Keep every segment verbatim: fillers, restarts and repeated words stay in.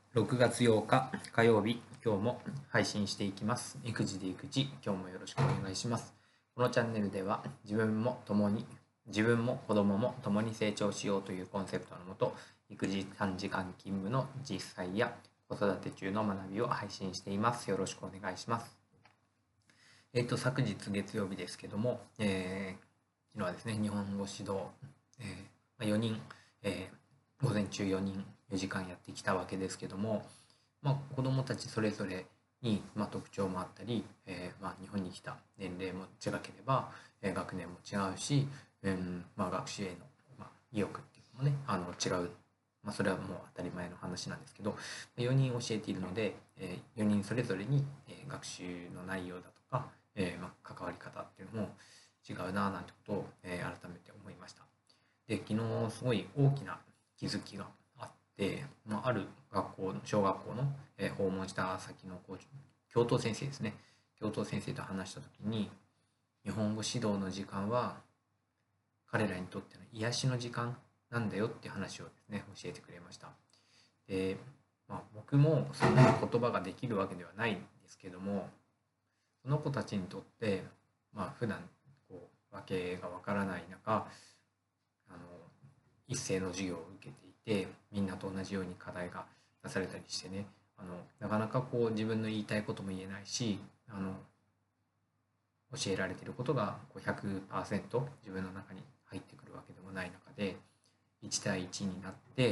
ろくがつようか火曜日、今日も配信していきます。育児で育児、今日もよろしくお願いします。このチャンネルでは自分も共に、自分も子供も共に成長しようというコンセプトのもと、育児短時間勤務の実際や子育て中の学びを配信しています。よろしくお願いします。えっ、と、昨日月曜日ですけども、えー昨日はですね、日本語指導、えーまあ、よにん、えー午前中よにんよじかんやってきたわけですけども、まあ、子どもたちそれぞれに、まあ、特徴もあったり、えーまあ、日本に来た年齢も違ければ、えー学年も違うし、うんまあ、学習への、まあ、意欲っていうのもねあの違う、まあ、それはもう当たり前の話なんですけど、よにん教えているので、えーよにんそれぞれに、えー学習の内容だとか、えーまあ、関わり方っていうのも違うななんてことを、えー改めて思いました。で、昨日すごい大きな気づきがあって、まあ、ある学校、小学校の、えー訪問した先の校長教頭先生ですね。教頭先生と話した時に、日本語指導の時間は彼らにとっての癒しの時間なんだよっていう話をですね、教えてくれました。で、まあ、僕もそんな言葉ができるわけではないんですけども、その子たちにとって、まあ、普段こうわけがわからない中、あの一斉の授業を受けていて、みんなと同じように課題が出されたりしてね、あのなかなかこう自分の言いたいことも言えないし、あの教えられていることがこうひゃくパーセント自分の中に入ってくるわけでもない中で、いち対いちになって、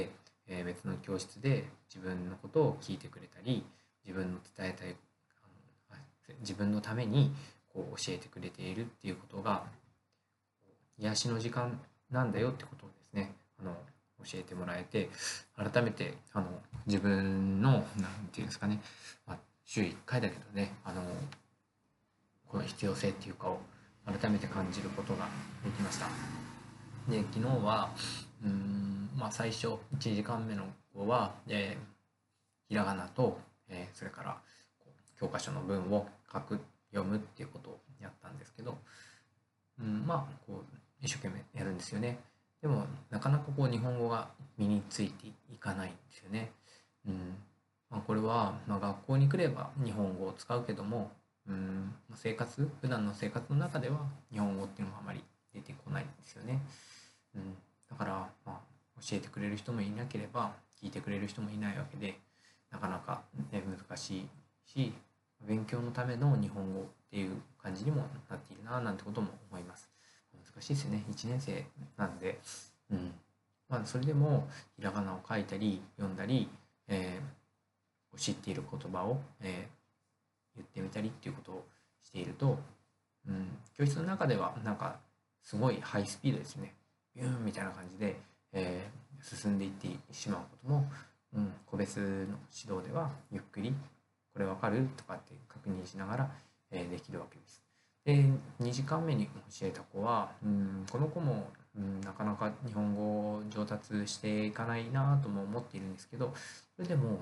えー別の教室で自分のことを聞いてくれたり、自分の伝えたいあの自分のためにこう教えてくれているっていうことが癒しの時間なんだよってことをですね、あの教えてもらえて、改めてあの自分のなんていうんですかね、まあ、週いっかいだけどね、あのこの必要性っていうかを改めて感じることができました。で、昨日はうーん、まあ、最初いちじかんめの子は、えーひらがなと、えーそれからこう教科書の文を書く読むっていうことをやったんですけど、うん、まあこう一生懸命やるんですよね。でもなかなかこう日本語が身についていかないんですよね。うんまあ、これは、まあ、学校に来れば日本語を使うけども、うん生活普段の生活の中では日本語っていうのがあまり出てこないんですよね。うん、だから、まあ、教えてくれる人もいなければ聞いてくれる人もいないわけで、なかなか、ね、難しいし、勉強のための日本語っていう感じにもなっているななんてことも思います。難しいですよね。いちねん生なんで、うん。まあ、それでもひらがなを書いたり読んだり、えー知っている言葉を、えー言ってみたりっていうことをしていると、うん、教室の中ではなんかすごいハイスピードですね。ビューンみたいな感じで、えー進んでいってしまうことも、うん、個別の指導ではゆっくりこれわかるとかって確認しながら、えーできるわけです。で、にじかんめに教えた子は、うん、この子も、うん、なかなか日本語を上達していかないなとも思っているんですけど、それでも、うん、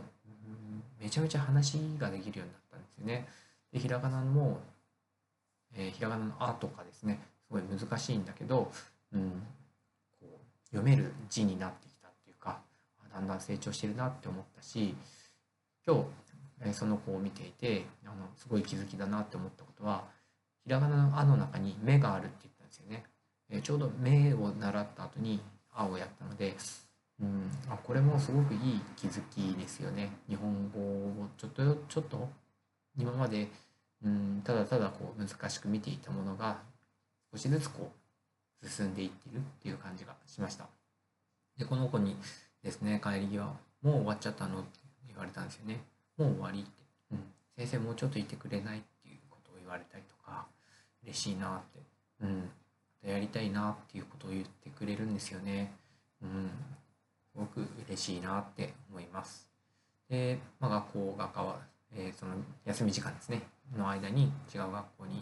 めちゃめちゃ話ができるようになったんですよね。で、ひらがなも、えーひらがなの「あ」とかですね、すごい難しいんだけど、うん、こう読める字になってきたっていうか、だんだん成長してるなって思ったし、今日、えーその子を見ていて、あのすごい気づきだなって思ったことは、ひらがなの「あ」の中に目があるって言ったんですよね。えーちょうど目を習った後に「あ」をやったので、うん、あ、これもすごくいい気づきですよね。日本語をちょっとちょっと今まで、うん、ただただこう難しく見ていたものが少しずつこう進んでいっているっていう感じがしました。で、この子にですね、帰り際、もう終わっちゃったのって言われたんですよね。もう終わりって。うん。先生もうちょっといてくれないっていうことを言われたりとか、嬉しいなって。うん。またやりたいなっていうことを言ってくれるんですよね。うん。すごく嬉しいなって思います。で、まあ、学校が変わ、えーその休み時間ですね、の間に違う学校に行って、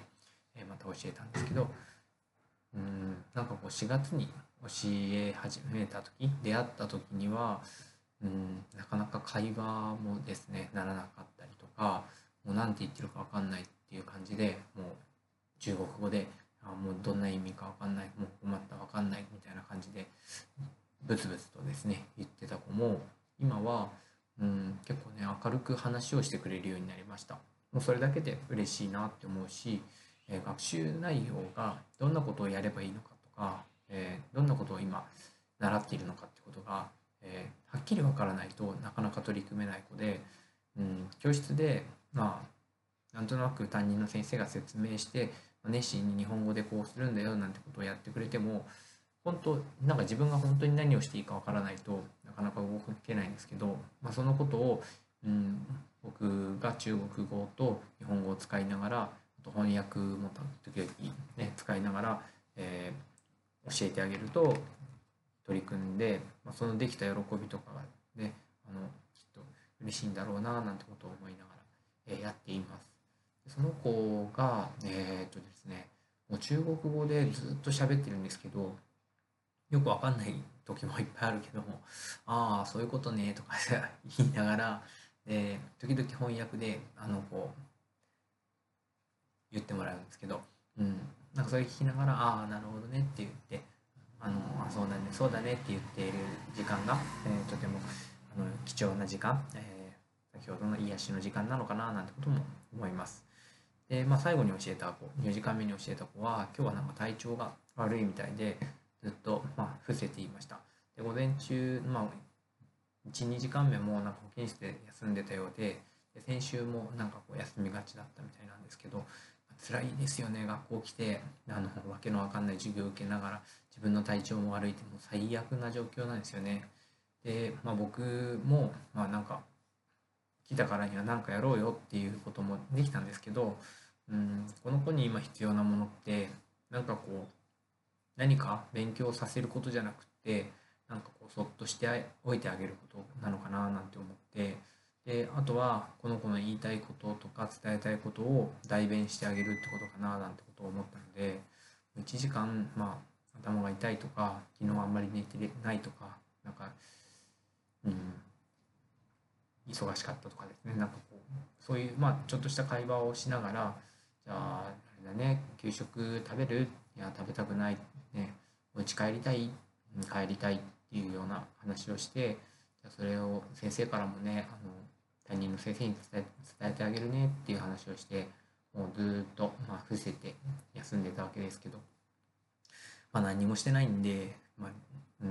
えーまた教えたんですけど、うん、なんかこうしがつに教え始めた時、出会った時には、うん、なかなか会話もですね、ならなかったりとか、もう何て言ってるかわかんないっていう感じで、もう中国語で、あ、もうどんな意味かわかんない、もう困ったわかんないみたいな感じで、ブツブツとですね、言ってた子も、今は、 うん、結構ね明るく話をしてくれるようになりました。もうそれだけで嬉しいなって思うし、えー学習内容がどんなことをやればいいのかとか、えーどんなことを今習っているのかってことが、えーはっきりわからないとなかなか取り組めない子で、うん、教室でまあなんとなく担任の先生が説明して熱心に日本語でこうするんだよなんてことをやってくれても、本当なんか自分が本当に何をしていいかわからないとなかなか動けないんですけど、まあ、そのことを、うん、僕が中国語と日本語を使いながら、あと翻訳も時々、ね、使いながら、えー教えてあげると取り組んで、まあ、そのできた喜びとかがね、あのきっと嬉しいんだろうななんてことを思いながら、えーやっています。その子が、えーっとですね、もう中国語でずっと喋ってるんですけど、よくわかんない時もいっぱいあるけども、ああ、そういうことねとか言いながら、で、時々翻訳で、あの、こう、言ってもらうんですけど、うん、なんかそれ聞きながら、ああ、なるほどねって言って、あの、あ、そうだね、そうだねって言っている時間が、えーとてもあの貴重な時間、えー先ほどの癒しの時間なのかななんてことも思います。で、まあ、最後に教えた子、よじかんめに教えた子は、今日はなんか体調が悪いみたいで、ずっと、まあ、伏せていました。で、午前中、まあ、いち、にじかんめもなんか保健室で休んでたようで、で先週もなんかこう休みがちだったみたいなんですけど、辛いですよね、学校来て、あの、わけのわかんない授業を受けながら、自分の体調も悪いってもう最悪な状況なんですよね。で、まあ、僕も、まあ、なんか、来たからには何かやろうよっていうこともできたんですけど、うん、この子に今必要なものって、なんかこう、何か勉強させることじゃなくて、なんかこう、そっとしておいてあげることなのかななんて思って、で、あとは、この子の言いたいこととか伝えたいことを代弁してあげるってことかななんてことを思ったので、いちじかん、まあ、頭が痛いとか、昨日あんまり寝てないとか、なんか、うん、忙しかったとかですね、なんかこう、そういう、まあ、ちょっとした会話をしながら、じゃあ、あれだね、給食食べるいや、食べたくない。ね、お家帰りたいうん帰りたいっていうような話をして、じゃあそれを先生からもね、あの、担任の先生に伝え伝えてあげるねっていう話をして、もうずーっと、まあ、伏せて休んでたわけですけど、まあ、何もしてないんで、まあ、うん、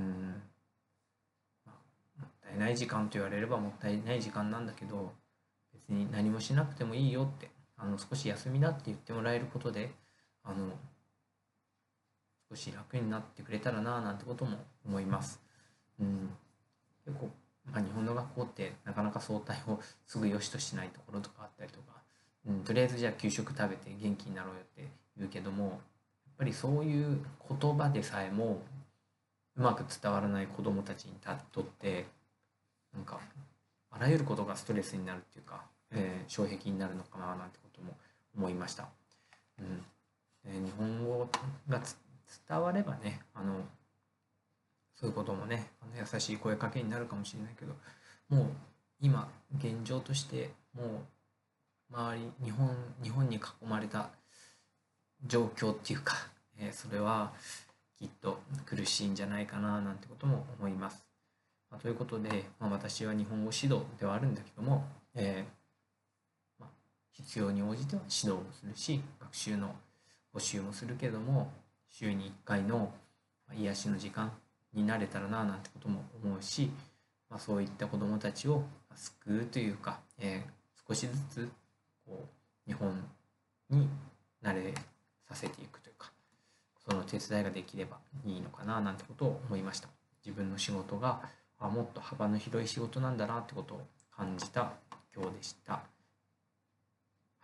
まあ、もったいない時間と言われればもったいない時間なんだけど、別に何もしなくてもいいよって、あの少し休みだって言ってもらえることで、あの少し楽になってくれたらななんてことも思います。うん、結構、まあ、日本の学校ってなかなか早退をすぐ良しとしないところとかあったりとか、うん、とりあえずじゃあ給食食べて元気になろうよって言うけども、やっぱりそういう言葉でさえもうまく伝わらない子どもたちにとって、なんかあらゆることがストレスになるっていうか、えー障壁になるのかななんてことも思いました。うんえー日本語が伝わればね、あのそういうこともね、あの優しい声かけになるかもしれないけど、もう今現状としてもう周り日本日本に囲まれた状況っていうか、えーそれはきっと苦しいんじゃないかななんてことも思います。まあということで、まあ、私は日本語指導ではあるんだけども、えーまあ、必要に応じては指導もするし、学習の補習もするけども、週にいっかいの癒しの時間になれたらななんてことも思うし、まあ、そういった子どもたちを救うというか、えー少しずつこう日本に慣れさせていくというか、その手伝いができればいいのかななんてことを思いました。自分の仕事があもっと幅の広い仕事なんだなってことを感じた今日でした。はい、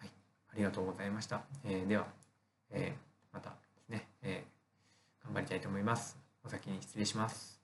ありがとうございました。えーでは、えーまたですね、えー頑張りたいと思います。お先に失礼します。